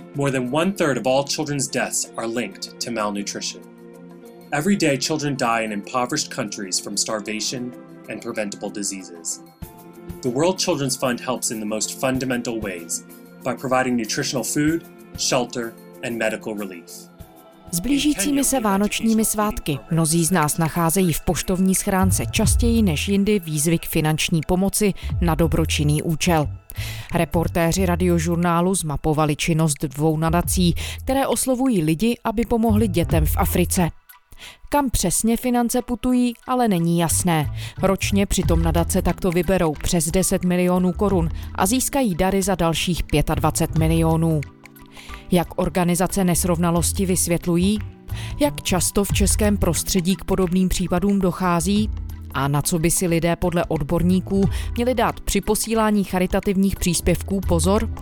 More than 1/3 of all children's deaths are linked to malnutrition. Every day, children die in impoverished countries from starvation and preventable diseases. The World Children's Fund helps in the most fundamental ways by providing nutritional food, shelter, and medical relief. S blížícími se vánočními svátky mnozí z nás nacházejí v poštovní schránce častěji než jindy výzvy k finanční pomoci na dobročinný účel. Reportéři Radiožurnálu zmapovali činnost 2 nadací, které oslovují lidi, aby pomohli dětem v Africe. Kam přesně finance putují, ale není jasné. Ročně přitom nadace takto vyberou přes 10 milionů korun a získají dary za dalších 25 milionů. Jak organizace nesrovnalosti vysvětlují? Jak často v českém prostředí k podobným případům dochází? A na co by si lidé podle odborníků měli dát při posílání charitativních příspěvků pozor?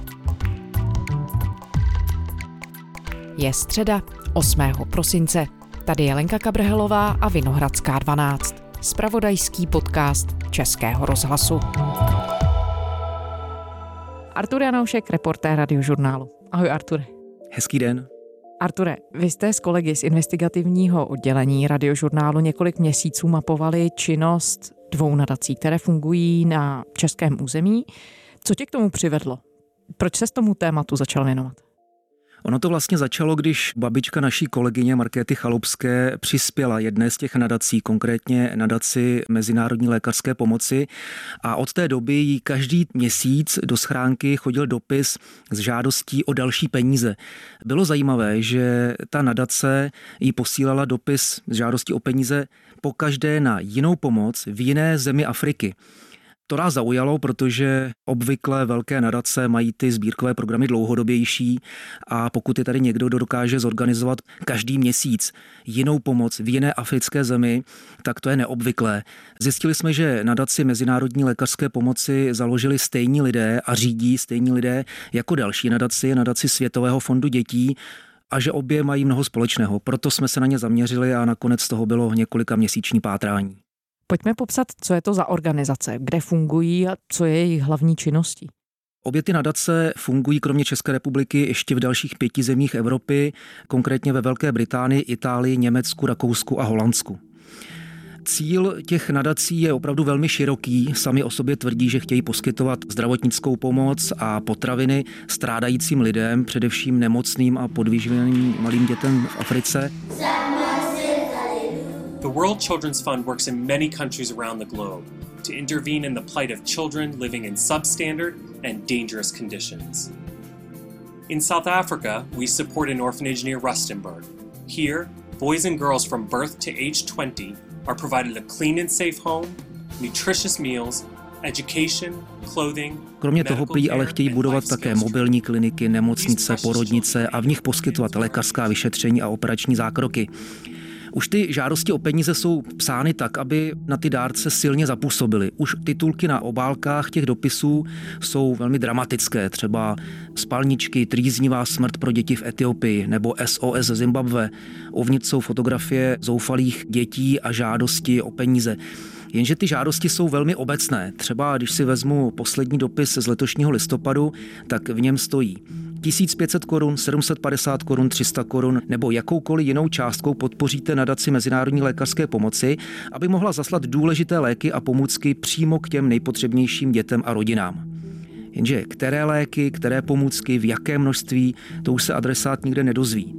Je středa 8. prosince. Tady je Lenka Kabrhelová a Vinohradská 12. Zpravodajský podcast Českého rozhlasu. Artur Janoušek, reportér Radiožurnálu. Ahoj, Arture. Hezký den. Arture, vy jste s kolegy z investigativního oddělení Radiožurnálu několik měsíců mapovali činnost 2 nadací, které fungují na českém území. Co tě k tomu přivedlo? Proč se tomu tématu začal věnovat? Ono to vlastně začalo, když babička naší kolegyně Markéty Chalupské přispěla jedné z těch nadací, konkrétně nadaci Mezinárodní lékařské pomoci, a od té doby jí každý měsíc do schránky chodil dopis s žádostí o další peníze. Bylo zajímavé, že ta nadace jí posílala dopis s žádostí o peníze pokaždé na jinou pomoc v jiné zemi Afriky. To nás zaujalo, protože obvykle velké nadace mají ty sbírkové programy dlouhodobější a pokud je tady někdo, kdo dokáže zorganizovat každý měsíc jinou pomoc v jiné africké zemi, tak to je neobvyklé. Zjistili jsme, že nadaci Mezinárodní lékařské pomoci založili stejní lidé a řídí stejní lidé jako další nadaci Světového fondu dětí, a že obě mají mnoho společného. Proto jsme se na ně zaměřili a nakonec toho bylo několika měsíční pátrání. Pojďme popsat, co je to za organizace, kde fungují a co je jejich hlavní činností. Obě ty nadace fungují kromě České republiky ještě v dalších 5 zemích Evropy, konkrétně ve Velké Británii, Itálii, Německu, Rakousku a Holandsku. Cíl těch nadací je opravdu velmi široký. Sami o sobě tvrdí, že chtějí poskytovat zdravotnickou pomoc a potraviny strádajícím lidem, především nemocným a podvyživeným malým dětem v Africe. The World Children's Fund works in many countries around the globe to intervene in the plight of children living in substandard and dangerous conditions. In South Africa, we support an orphanage near Rustenburg. Here, boys and girls from birth to age 20 are provided a clean and safe home, nutritious meals, education, clothing. Kromě toho prý ale chtějí budovat také mobilní kliniky, nemocnice, porodnice a v nich poskytovat lékařská vyšetření a operační zákroky. Už ty žádosti o peníze jsou psány tak, aby na ty dárce silně zapůsobily. Už titulky na obálkách těch dopisů jsou velmi dramatické, třeba spalničky, trýznivá smrt pro děti v Etiopii nebo SOS Zimbabwe. Uvnitř jsou fotografie zoufalých dětí a žádosti o peníze. Jenže ty žádosti jsou velmi obecné. Třeba když si vezmu poslední dopis z letošního listopadu, tak v něm stojí 1500 korun, 750 korun, 300 korun nebo jakoukoliv jinou částkou podpoříte nadaci Mezinárodní lékařské pomoci, aby mohla zaslat důležité léky a pomůcky přímo k těm nejpotřebnějším dětem a rodinám. Jenže které léky, které pomůcky, v jaké množství, to už se adresát nikde nedozví.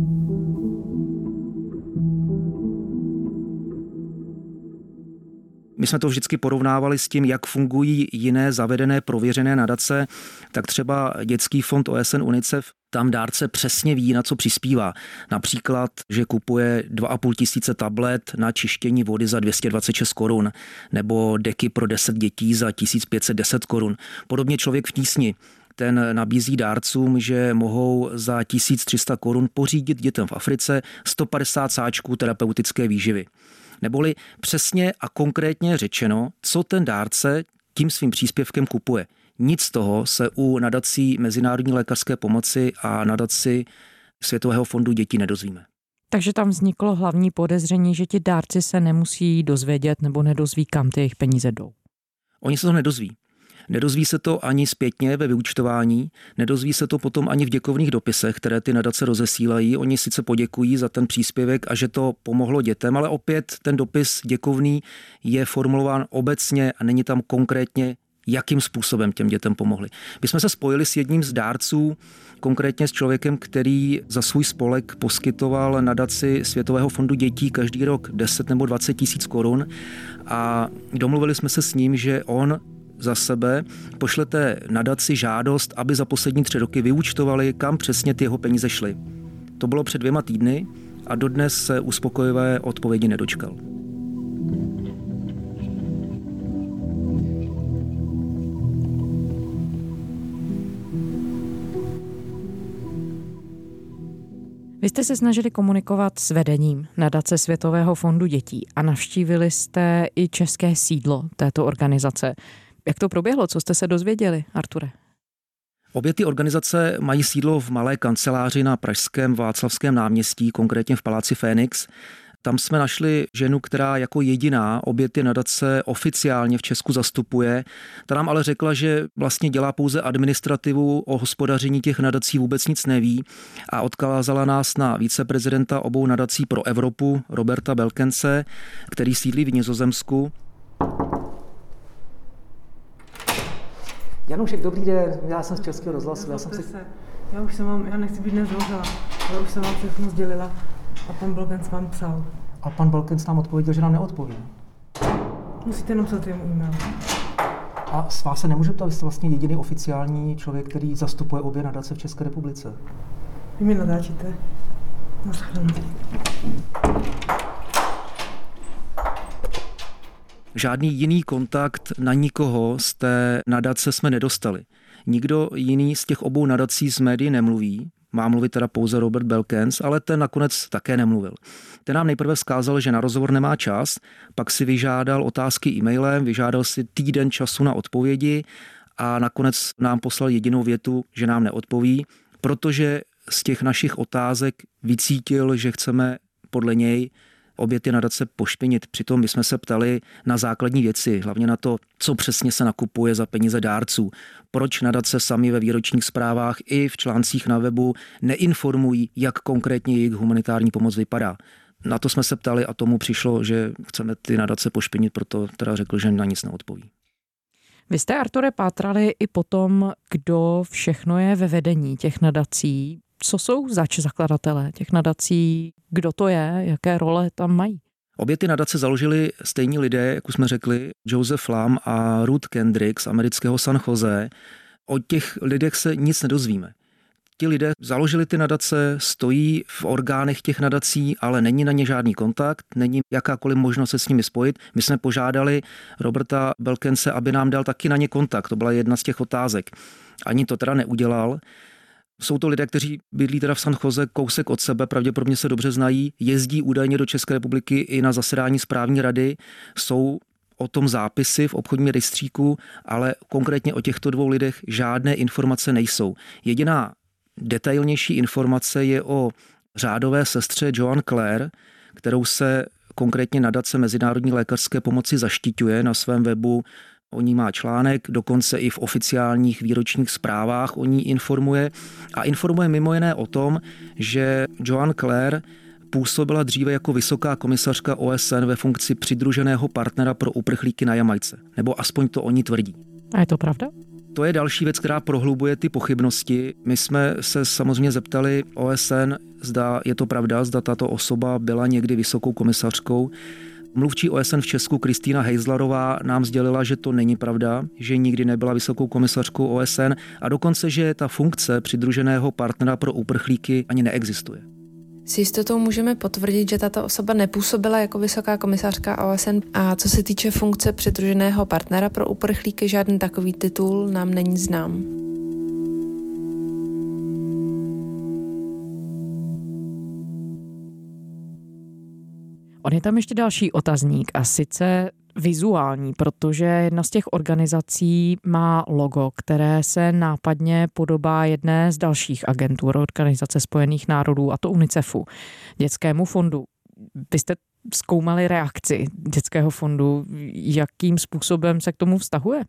My jsme to vždycky porovnávali s tím, jak fungují jiné zavedené, prověřené nadace, tak třeba Dětský fond OSN UNICEF, tam dárce přesně ví, na co přispívá. Například, že kupuje 2500 tablet na čištění vody za 226 korun, nebo deky pro 10 dětí za 1510 korun. Podobně Člověk v tísni. Ten nabízí dárcům, že mohou za 1300 korun pořídit dětem v Africe 150 sáčků terapeutické výživy. Neboli přesně a konkrétně řečeno, co ten dárce tím svým příspěvkem kupuje. Nic z toho se u nadací Mezinárodní lékařské pomoci a nadaci Světového fondu dětí nedozvíme. Takže tam vzniklo hlavní podezření, že ti dárci se nemusí dozvědět nebo nedozví, kam ty jejich peníze jdou. Oni se to nedozví. Nedozví se to ani zpětně ve vyúčtování, nedozví se to potom ani v děkovných dopisech, které ty nadace rozesílají. Oni sice poděkují za ten příspěvek a že to pomohlo dětem, ale opět ten dopis děkovný je formulován obecně a není tam konkrétně, jakým způsobem těm dětem pomohli. My jsme se spojili s jedním z dárců, konkrétně s člověkem, který za svůj spolek poskytoval nadaci Světového fondu dětí každý rok 10 nebo 20 tisíc korun a domluvili jsme se s ním, že on za sebe pošle té nadaci žádost, aby za poslední 3 roky vyúčtovali, kam přesně ty jeho peníze šly. To bylo před 2 týdny a dodnes se uspokojivé odpovědi nedočkal. Vy jste se snažili komunikovat s vedením nadace Světového fondu dětí a navštívili jste i české sídlo této organizace. Jak to proběhlo? Co jste se dozvěděli, Arture? Obě ty organizace mají sídlo v malé kanceláři na pražském Václavském náměstí, konkrétně v paláci Fénix. Tam jsme našli ženu, která jako jediná obě ty nadace oficiálně v Česku zastupuje. Ta nám ale řekla, že vlastně dělá pouze administrativu, o hospodaření těch nadací vůbec nic neví a odkázala nás na viceprezidenta obou nadací pro Evropu, Roberta Belkense, který sídlí v Nizozemsku. Janušek, dobrý den, já jsem z Českého rozhlasu. Já nechci být nezložila, já už jsem vám všechno sdělila a pan Belkens vám psal. A pan Belkens nám odpověděl, že nám neodpoví. Musíte jenom psat jemu e-mail. A s vás se nemůžu ptát, vy jste vlastně jediný oficiální člověk, který zastupuje obě nadace v České republice. Vy mi nadáčíte. Naschledanou. Žádný jiný kontakt na nikoho z té nadace jsme nedostali. Nikdo jiný z těch obou nadací z médií nemluví. Má mluvit teda pouze Robert Belkens, ale ten nakonec také nemluvil. Ten nám nejprve vzkázal, že na rozhovor nemá čas, pak si vyžádal otázky e-mailem, vyžádal si týden času na odpovědi a nakonec nám poslal jedinou větu, že nám neodpoví, protože z těch našich otázek vycítil, že chceme podle něj obě ty nadace pošpinit. Přitom my jsme se ptali na základní věci, hlavně na to, co přesně se nakupuje za peníze dárců. Proč nadace sami ve výročních zprávách i v článcích na webu neinformují, jak konkrétně jejich humanitární pomoc vypadá. Na to jsme se ptali a tomu přišlo, že chceme ty nadace pošpinit, proto teda řekl, že na nic neodpoví. Vy jste, Arture, pátrali i potom, kdo všechno je ve vedení těch nadací. Co jsou zač zakladatelé těch nadací? Kdo to je? Jaké role tam mají? Obě ty nadace založili stejní lidé, jak už jsme řekli, Joseph Lam a Ruth Kendrick z amerického San Jose. O těch lidech se nic nedozvíme. Ti lidé založili ty nadace, stojí v orgánech těch nadací, ale není na ně žádný kontakt, není jakákoliv možnost se s nimi spojit. My jsme požádali Roberta Belkense, aby nám dal taky na ně kontakt. To byla jedna z těch otázek. Ani to teda neudělal. Jsou to lidé, kteří bydlí teda v San Jose kousek od sebe, pravděpodobně se dobře znají, jezdí údajně do České republiky i na zasedání správní rady, jsou o tom zápisy v obchodním rejstříku, ale konkrétně o těchto 2 lidech žádné informace nejsou. Jediná detailnější informace je o řádové sestře Joan Claire, kterou se konkrétně nadace Mezinárodní lékařské pomoci zaštiťuje na svém webu. O ní má článek, dokonce i v oficiálních výročních zprávách o ní informuje. A informuje mimo jiné o tom, že Joan Claire působila dříve jako vysoká komisařka OSN ve funkci přidruženého partnera pro uprchlíky na Jamajce. Nebo aspoň to oni tvrdí. A je to pravda? To je další věc, která prohlubuje ty pochybnosti. My jsme se samozřejmě zeptali OSN, zda je to pravda, zda tato osoba byla někdy vysokou komisařkou. Mluvčí OSN v Česku Kristýna Hejzlarová nám sdělila, že to není pravda, že nikdy nebyla vysokou komisařkou OSN a dokonce, že ta funkce přidruženého partnera pro uprchlíky ani neexistuje. S jistotou můžeme potvrdit, že tato osoba nepůsobila jako vysoká komisařka OSN a co se týče funkce přidruženého partnera pro uprchlíky, žádný takový titul nám není znám. On je tam ještě další otazník a sice vizuální, protože jedna z těch organizací má logo, které se nápadně podobá jedné z dalších agentur Organizace spojených národů, a to UNICEFu, dětskému fondu. Vy jste zkoumali reakci dětského fondu, jakým způsobem se k tomu vztahuje?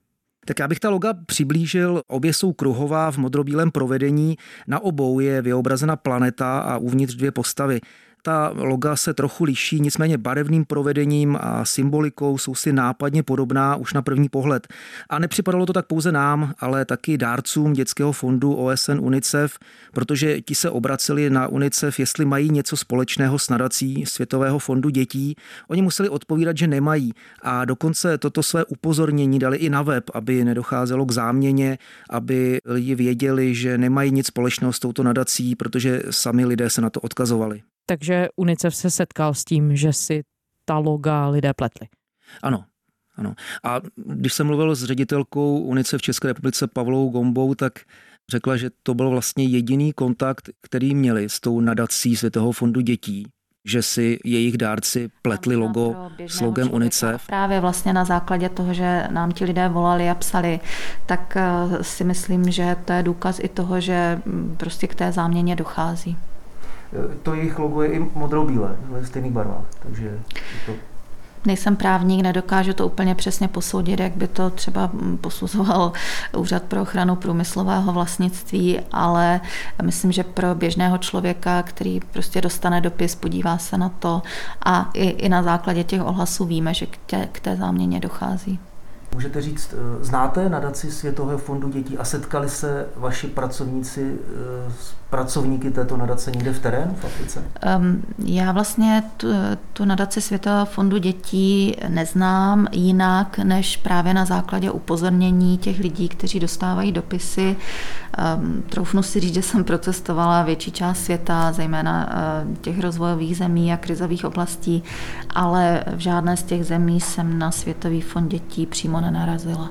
Tak já bych ta loga přiblížil. Obě jsou kruhová v modrobílém provedení. Na obou je vyobrazena planeta a uvnitř dvě postavy. Ta loga se trochu liší, nicméně barevným provedením a symbolikou jsou si nápadně podobná už na první pohled. A nepřipadalo to tak pouze nám, ale taky dárcům dětského fondu OSN UNICEF, protože ti se obraceli na UNICEF, jestli mají něco společného s nadací Světového fondu dětí. Oni museli odpovídat, že nemají, a dokonce toto své upozornění dali i na web, aby nedocházelo k záměně, aby lidi věděli, že nemají nic společného s touto nadací, protože sami lidé se na to odkazovali. Takže UNICEF se setkal s tím, že si ta loga lidé pletli. Ano. A když jsem mluvil s ředitelkou UNICEF v České republice Pavlou Gombou, tak řekla, že to byl vlastně jediný kontakt, který měli s tou nadací Světového fondu dětí, že si jejich dárci pletli logo s logem UNICEF. Právě vlastně na základě toho, že nám ti lidé volali a psali, tak si myslím, že to je důkaz i toho, že prostě k té záměně dochází. To jejich logo je i modrou-bílé, ve stejných barvách, takže to... Nejsem právník, nedokážu to úplně přesně posoudit, jak by to třeba posuzoval Úřad pro ochranu průmyslového vlastnictví, ale myslím, že pro běžného člověka, který prostě dostane dopis, podívá se na to a i na základě těch ohlasů víme, že k té záměně dochází. Můžete říct, znáte nadaci Světového fondu dětí a setkali se vaši pracovníci s pracovníky této nadace někde v terénu v Africe? Já vlastně tu nadaci Světového fondu dětí neznám jinak, než právě na základě upozornění těch lidí, kteří dostávají dopisy. Troufnu si říct, že jsem procestovala větší část světa, zejména těch rozvojových zemí a krizových oblastí, ale v žádné z těch zemí jsem na Světový fond dětí přímo nenarazila.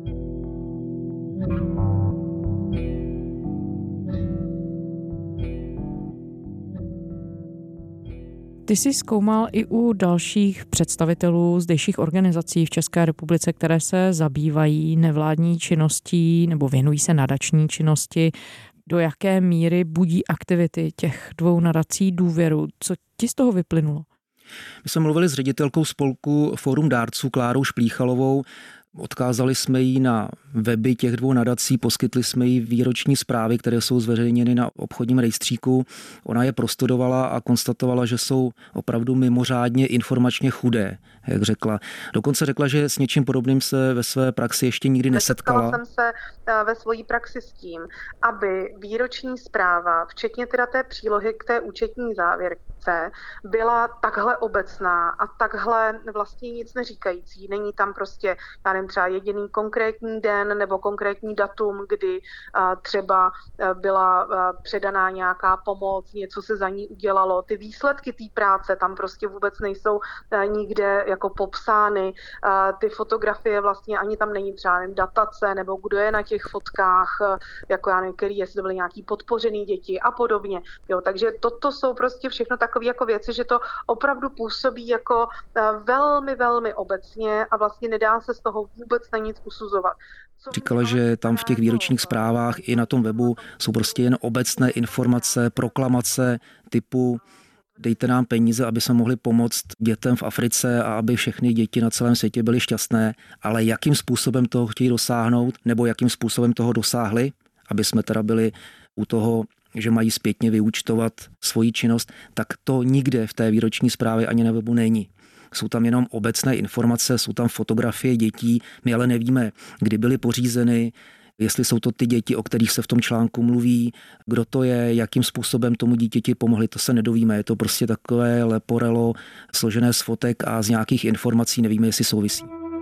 Ty jsi zkoumal i u dalších představitelů zdejších organizací v České republice, které se zabývají nevládní činností nebo věnují se nadační činnosti. Do jaké míry budí aktivity těch dvou nadací důvěru? Co ti z toho vyplynulo? My jsme mluvili s ředitelkou spolku Fórum dárců Klárou Šplíchalovou. Odkázali jsme jí na weby těch dvou nadací, poskytli jsme jí výroční zprávy, které jsou zveřejněny na obchodním rejstříku. Ona je prostudovala a konstatovala, že jsou opravdu mimořádně informačně chudé, jak řekla. Dokonce řekla, že s něčím podobným se ve své praxi ještě nikdy nesetkala. Setkala jsem se ve své praxi s tím, aby výroční zpráva, včetně teda té přílohy k té účetní závěrce, byla takhle obecná a takhle vlastně nic neříkající. Není tam prostě, já nevím, třeba jediný konkrétní den nebo konkrétní datum, kdy třeba byla předaná nějaká pomoc, něco se za ní udělalo. Ty výsledky té práce tam prostě vůbec nejsou nikde jako popsány. Ty fotografie vlastně ani tam není třeba datace nebo kdo je na těch fotkách, jako já nevím, jestli to byly nějaký podpořený děti a podobně. Jo, takže toto jsou prostě všechno takové jako věci, že to opravdu působí jako velmi, velmi obecně a vlastně nedá se z toho vůbec na nic usuzovat. Říkala, že tam v těch výročních zprávách i na tom webu jsou prostě jen obecné informace, proklamace typu dejte nám peníze, aby jsme mohli pomoct dětem v Africe a aby všechny děti na celém světě byly šťastné, ale jakým způsobem toho chtějí dosáhnout nebo jakým způsobem toho dosáhli, aby jsme teda byli u toho, že mají zpětně vyúčtovat svoji činnost, tak to nikde v té výroční zprávě ani na webu není. Jsou tam jenom obecné informace, jsou tam fotografie dětí, my ale nevíme, kdy byly pořízeny, jestli jsou to ty děti, o kterých se v tom článku mluví, kdo to je, jakým způsobem tomu dítěti pomohli, to se nedovíme. Je to prostě takové leporelo složené z fotek a z nějakých informací nevíme, jestli souvisí.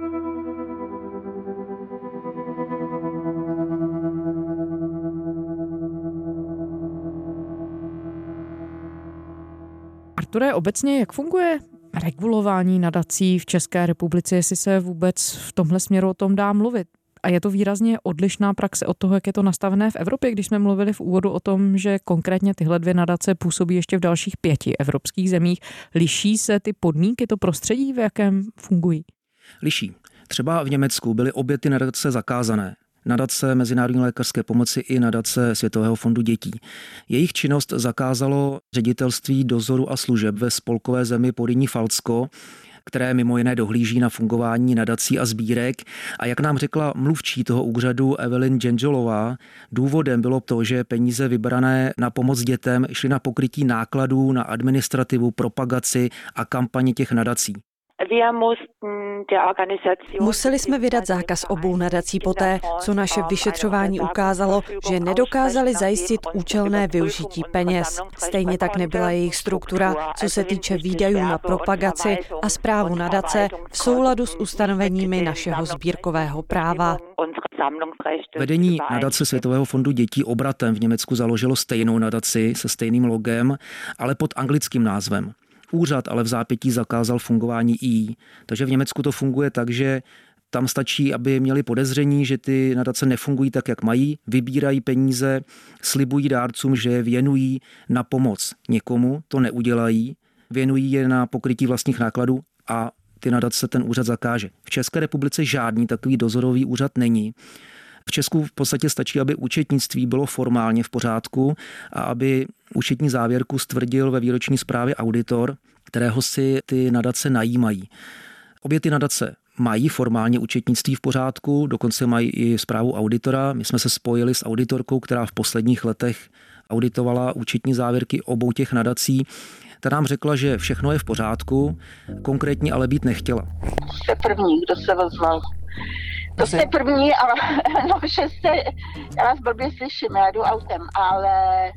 Arture, obecně jak funguje regulování nadací v České republice, jestli se vůbec v tomhle směru o tom dá mluvit? A je to výrazně odlišná praxe od toho, jak je to nastavené v Evropě, když jsme mluvili v úvodu o tom, že konkrétně tyhle dvě nadace působí ještě v dalších 5 evropských zemích. Liší se ty podmínky, to prostředí, v jakém fungují? Liší. Třeba v Německu byly obě ty nadace zakázané. Nadace Mezinárodní lékařské pomoci i nadace Světového fondu dětí. Jejich činnost zakázalo ředitelství dozoru a služeb ve spolkové zemi Porýní Falcko. které mimo jiné dohlíží na fungování nadací a sbírek. A jak nám řekla mluvčí toho úřadu Evelyn Dženžolová, důvodem bylo to, že peníze vybrané na pomoc dětem šly na pokrytí nákladů na administrativu, propagaci a kampaně těch nadací. Museli jsme vydat zákaz obou nadací poté, co naše vyšetřování ukázalo, že nedokázali zajistit účelné využití peněz. Stejně tak nebyla jejich struktura, co se týče výdajů na propagaci a správu nadace v souladu s ustanoveními našeho sbírkového práva. Vedení nadace Světového fondu dětí obratem v Německu založilo stejnou nadaci se stejným logem, ale pod anglickým názvem. Úřad ale v zápětí zakázal fungování I. Takže v Německu to funguje tak, že tam stačí, aby měli podezření, že ty nadace nefungují tak, jak mají, vybírají peníze, slibují dárcům, že je věnují na pomoc někomu, to neudělají, věnují je na pokrytí vlastních nákladů a ty nadace ten úřad zakáže. V České republice žádný takový dozorový úřad není. V Česku v podstatě stačí, aby účetnictví bylo formálně v pořádku a aby účetní závěrku stvrdil ve výroční zprávě auditor, kterého si ty nadace najímají. Obě ty nadace mají formálně účetnictví v pořádku, dokonce mají i zprávu auditora. My jsme se spojili s auditorkou, která v posledních letech auditovala účetní závěrky obou těch nadací. Ta nám řekla, že všechno je v pořádku, konkrétně ale být nechtěla. Jste první, kdo se ozval. To jste první, ale no, že jste, já vás blbě slyším, já jdu autem, ale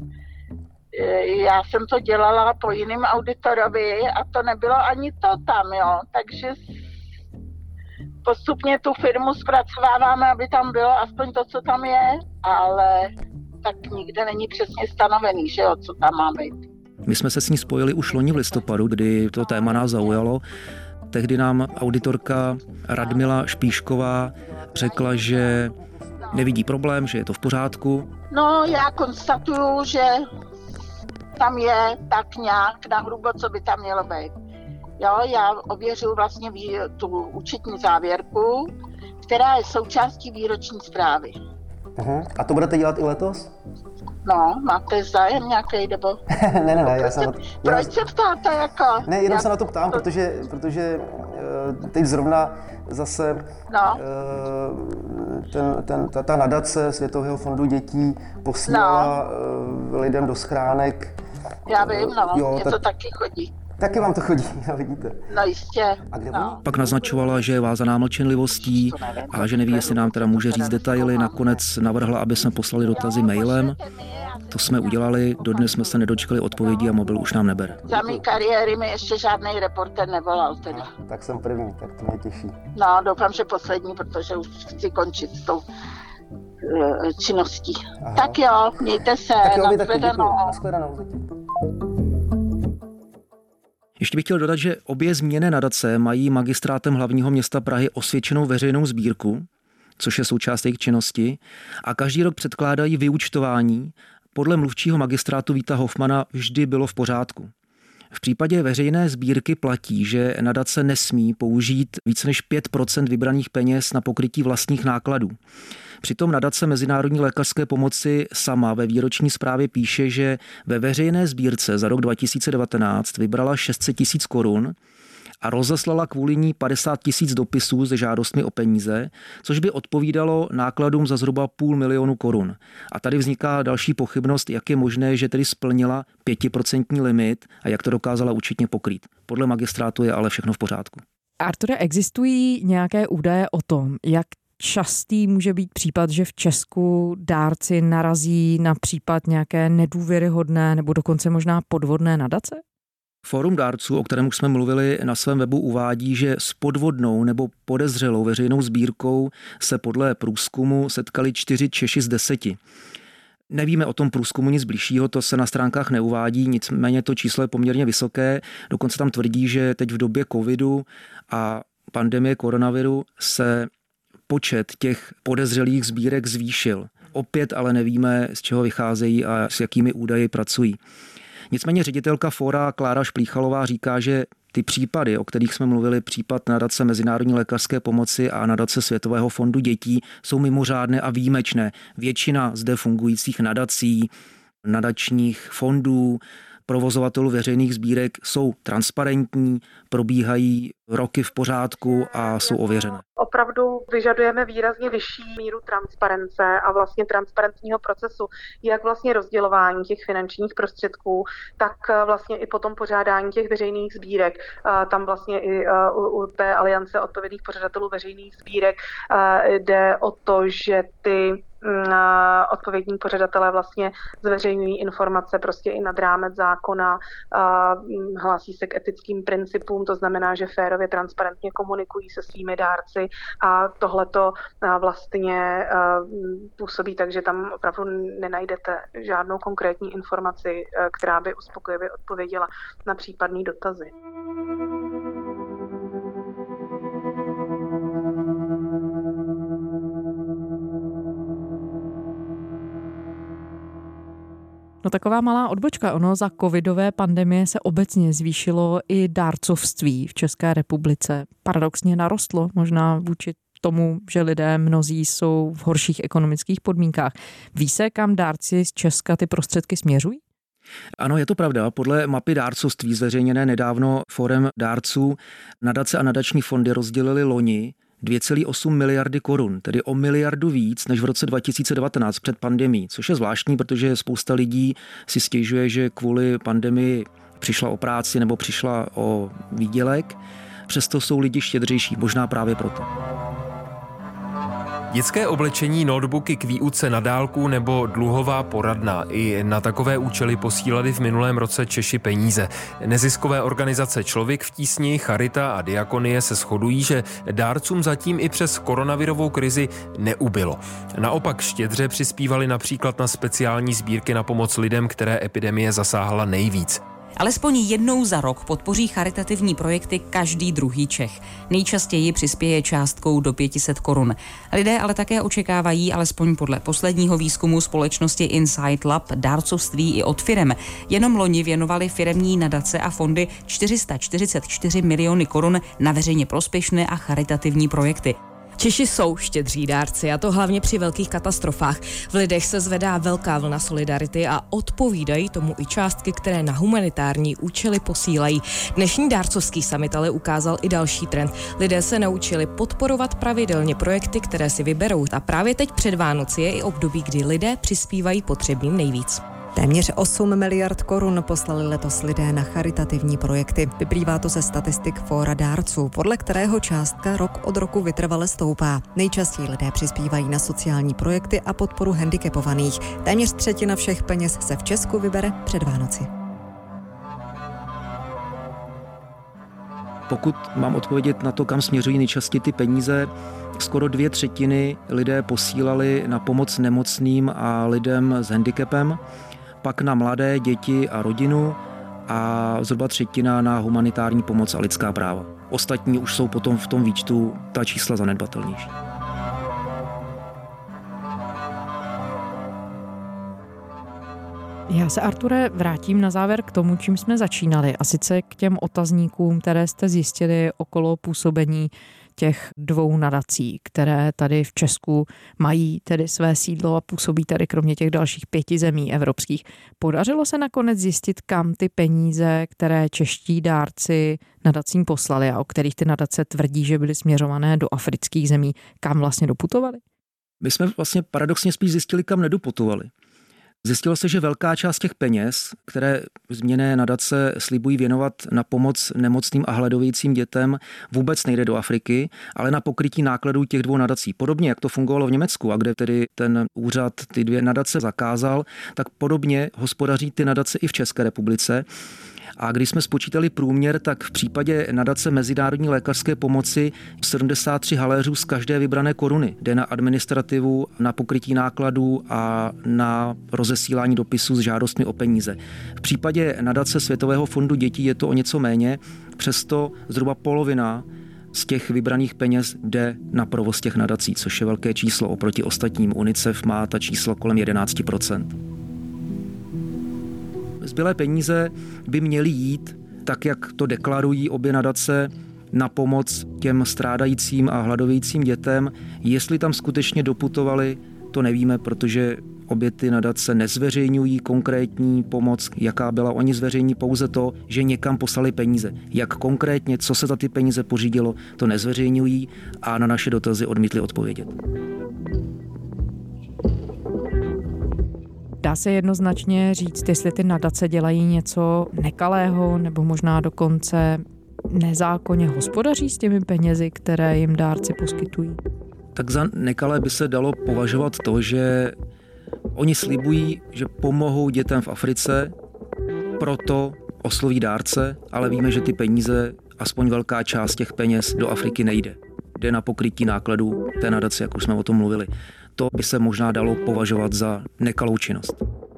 já jsem to dělala po jiném auditorovi a to nebylo ani to tam, jo, takže postupně tu firmu zpracováváme, aby tam bylo aspoň to, co tam je, ale tak nikde není přesně stanovený, že jo, co tam má být. My jsme se s ní spojili už loni v listopadu, kdy to téma nás zaujalo. Tehdy nám auditorka Radmila Špíšková řekla, že nevidí problém, že je to v pořádku. No, já konstatuju, že tam je tak nějak nahrubo, co by tam mělo být. Jo, já ověřuju vlastně tu účetní závěrku, která je součástí výroční zprávy. A to budete dělat i letos? No, máte zájem nějaký, nebo? ne, já jsem... Proč se ptáte, jako? Ne, jenom se na to ptám, protože teď zrovna zase ta nadace Světového fondu dětí posílala lidem do schránek. Já vím, mně to taky chodí. Taky vám to chodí, vidíte. No jistě. A kde Pak naznačovala, že je vázaná mlčenlivostí a že neví, jestli nám teda může říct detaily. Nakonec navrhla, aby jsme poslali dotazy mailem. To jsme udělali, dodnes jsme se nedočkali odpovědi a mobil už nám nebere. Za mý kariéry mi ještě žádný reporter nevolal teda. Tak jsem první, tak to mě těší. No, doufám, že poslední, protože už chci končit s tou činností. Aha. Tak jo, mějte se, nashledanou. Ještě bych chtěl dodat, že obě zmíněné nadace mají magistrátem hlavního města Prahy osvědčenou veřejnou sbírku, což je součást jejich činnosti, a každý rok předkládají vyúčtování. Podle mluvčího magistrátu Víta Hofmana vždy bylo v pořádku. V případě veřejné sbírky platí, že nadace nesmí použít více než 5% vybraných peněz na pokrytí vlastních nákladů. Přitom nadace Mezinárodní lékařské pomoci sama ve výroční zprávě píše, že ve veřejné sbírce za rok 2019 vybrala 600 000 korun a rozeslala kvůli ní 50 000 dopisů se žádostmi o peníze, což by odpovídalo nákladům za zhruba 500 000 korun. A tady vzniká další pochybnost, jak je možné, že tedy splnila 5% limit a jak to dokázala účetně pokrýt. Podle magistrátu je ale všechno v pořádku. Arture, existují nějaké údaje o tom, jak častý může být případ, že v Česku dárci narazí na případ nějaké nedůvěryhodné nebo dokonce možná podvodné nadace? Fórum dárců, o kterém už jsme mluvili, na svém webu uvádí, že s podvodnou nebo podezřelou veřejnou sbírkou se podle průzkumu setkali 4 Češi z 10. Nevíme o tom průzkumu nic bližšího, to se na stránkách neuvádí, nicméně to číslo je poměrně vysoké. Dokonce tam tvrdí, že teď v době covidu a pandemie koronaviru se počet těch podezřelých sbírek zvýšil. Opět ale nevíme, z čeho vycházejí a s jakými údaji pracují. Nicméně ředitelka fóra Klára Šplíchalová říká, že ty případy, o kterých jsme mluvili, případ nadace Mezinárodní lékařské pomoci a nadace Světového fondu dětí, jsou mimořádné a výjimečné. Většina zde fungujících nadací, nadačních fondů provozovatelů veřejných sbírek jsou transparentní, probíhají roky v pořádku a jsou ověřené. Opravdu vyžadujeme výrazně vyšší míru transparence a vlastně transparentního procesu, jak vlastně rozdělování těch finančních prostředků, tak vlastně i potom pořádání těch veřejných sbírek. Tam vlastně i u té aliance odpovědných pořadatelů veřejných sbírek jde o to, že ty odpovědní pořadatelé vlastně zveřejňují informace prostě i nad rámec zákona, hlásí se k etickým principům, to znamená, že férově, transparentně komunikují se svými dárci a tohleto vlastně působí tak, že tam opravdu nenajdete žádnou konkrétní informaci, která by uspokojivě odpověděla na případné dotazy. No taková malá odbočka. Ono za covidové pandemie se obecně zvýšilo i dárcovství v České republice. Paradoxně narostlo možná vůči tomu, že lidé mnozí jsou v horších ekonomických podmínkách. Ví se, kam dárci z Česka ty prostředky směřují? Ano, je to pravda. Podle mapy dárcovství zveřejněné nedávno Fórem dárců nadace a nadační fondy rozdělily loni 2,8 miliardy korun, tedy o miliardu víc než v roce 2019 před pandemií, což je zvláštní, protože spousta lidí si stěžuje, že kvůli pandemii přišla o práci nebo přišla o výdělek. Přesto jsou lidi štědřejší, možná právě proto. Dětské oblečení, notebooky k výuce na dálku nebo dluhová poradna. I na takové účely posílali v minulém roce Češi peníze. Neziskové organizace Člověk v tísni, Charita a Diakonie se shodují, že dárcům zatím i přes koronavirovou krizi neubylo. Naopak štědře přispívali například na speciální sbírky na pomoc lidem, které epidemie zasáhla nejvíc. Alespoň jednou za rok podpoří charitativní projekty každý druhý Čech. Nejčastěji přispěje částkou do 500 korun. Lidé ale také očekávají, alespoň podle posledního výzkumu společnosti Insight Lab, dárcovství i od firem. Jenom loni věnovali firemní nadace a fondy 444 miliony korun na veřejně prospěšné a charitativní projekty. Češi jsou štědří dárci, a to hlavně při velkých katastrofách. V lidech se zvedá velká vlna solidarity a odpovídají tomu i částky, které na humanitární účely posílají. Dnešní dárcovský summit ale ukázal i další trend. Lidé se naučili podporovat pravidelně projekty, které si vyberou. A právě teď před Vánoci je i období, kdy lidé přispívají potřebným nejvíc. Téměř 8 miliard korun poslali letos lidé na charitativní projekty. Vyplývá to ze statistik Fóra dárců, podle kterého částka rok od roku vytrvale stoupá. Nejčastěji lidé přispívají na sociální projekty a podporu handicapovaných. Téměř třetina všech peněz se v Česku vybere před Vánoci. Pokud mám odpovědět na to, kam směřují nejčastěji ty peníze, skoro 2/3 lidé posílali na pomoc nemocným a lidem s handicapem, pak na mladé, děti a rodinu a zhruba 1/3 na humanitární pomoc a lidská práva. Ostatní už jsou potom v tom výčtu ta čísla zanedbatelnější. Já se, Arture, vrátím na závěr k tomu, čím jsme začínali, a sice k těm otazníkům, které jste zjistili okolo působení těch dvou nadací, které tady v Česku mají tedy své sídlo a působí tady kromě těch dalších 5 zemí evropských. Podařilo se nakonec zjistit, kam ty peníze, které čeští dárci nadacím poslali a o kterých ty nadace tvrdí, že byly směřované do afrických zemí, kam vlastně doputovali? My jsme vlastně paradoxně spíš zjistili, kam nedoputovali. Zjistilo se, že velká část těch peněz, které zmíněné nadace slibují věnovat na pomoc nemocným a hladovějícím dětem, vůbec nejde do Afriky, ale na pokrytí nákladů těch dvou nadací. Podobně, jak to fungovalo v Německu, a kde tedy ten úřad ty 2 nadace zakázal, tak podobně hospodaří ty nadace i v České republice. A když jsme spočítali průměr, tak v případě nadace Mezinárodní lékařské pomoci 73 haléřů z každé vybrané koruny jde na administrativu, na pokrytí nákladů a na rozesílání dopisů s žádostmi o peníze. V případě nadace Světového fondu dětí je to o něco méně, přesto zhruba polovina z těch vybraných peněz jde na provoz těch nadací, což je velké číslo oproti ostatním. UNICEF má ta čísla kolem 11%. Zbylé peníze by měly jít, tak jak to deklarují obě nadace, na pomoc těm strádajícím a hladovějícím dětem. Jestli tam skutečně doputovali, to nevíme, protože obě ty nadace nezveřejňují konkrétní pomoc, jaká byla. Oni zveřejní pouze to, že někam poslali peníze. Jak konkrétně, co se za ty peníze pořídilo, to nezveřejňují a na naše dotazy odmítli odpovědět. Dá se jednoznačně říct, jestli ty nadace dělají něco nekalého nebo možná dokonce nezákonně hospodaří s těmi penězi, které jim dárci poskytují? Tak za nekalé by se dalo považovat to, že oni slibují, že pomohou dětem v Africe, proto osloví dárce, ale víme, že ty peníze, aspoň velká část těch peněz do Afriky nejde. Jde na pokrytí nákladů té nadace, jak už jsme o tom mluvili. To by se možná dalo považovat za nekalou činnost.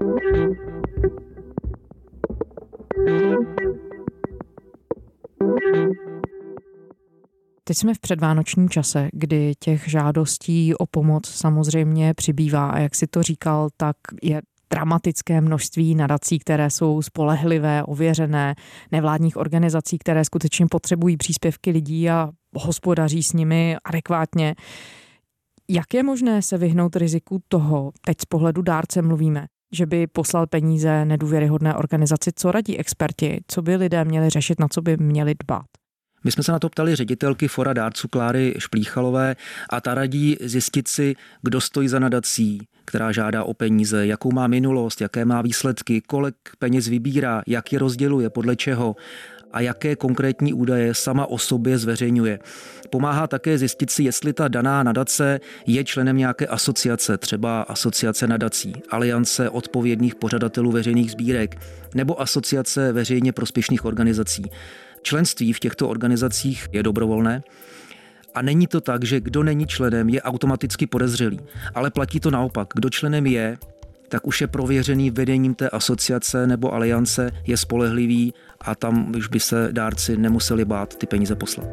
Teď jsme v předvánočním čase, kdy těch žádostí o pomoc samozřejmě přibývá a jak si to říkal, tak je dramatické množství nadací, které jsou spolehlivé, ověřené, nevládních organizací, které skutečně potřebují příspěvky lidí a hospodaří s nimi adekvátně. Jak je možné se vyhnout riziku toho, teď z pohledu dárce mluvíme, že by poslal peníze nedůvěryhodné organizaci? Co radí experti? Co by lidé měli řešit, na co by měli dbát? My jsme se na to ptali ředitelky Fora dárců Kláry Šplíchalové a ta radí zjistit si, kdo stojí za nadací, která žádá o peníze, jakou má minulost, jaké má výsledky, kolik peněz vybírá, jak je rozděluje, podle čeho a jaké konkrétní údaje sama o sobě zveřejňuje. Pomáhá také zjistit si, jestli ta daná nadace je členem nějaké asociace, třeba asociace nadací, aliance odpovědných pořadatelů veřejných sbírek nebo asociace veřejně prospěšných organizací. Členství v těchto organizacích je dobrovolné a není to tak, že kdo není členem, je automaticky podezřelý. Ale platí to naopak. Kdo členem je, tak už je prověřený vedením té asociace nebo aliance, je spolehlivý a tam už by se dárci nemuseli bát ty peníze poslat.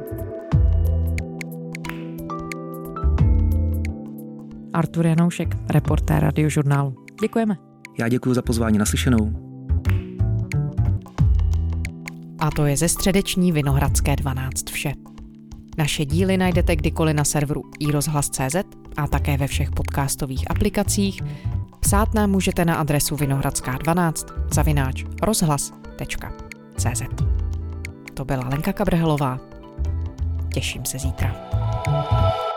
Artur Janoušek, reportér Radiožurnálu. Děkujeme. Já děkuji za pozvání, naslyšenou. A to je ze středeční Vinohradské 12 vše. Naše díly najdete kdykoliv na serveru iRozhlas.cz a také ve všech podcastových aplikacích. Psát nám můžete na adresu vinohradská12@rozhlas.cz. To byla Lenka Kabrhelová. Těším se zítra.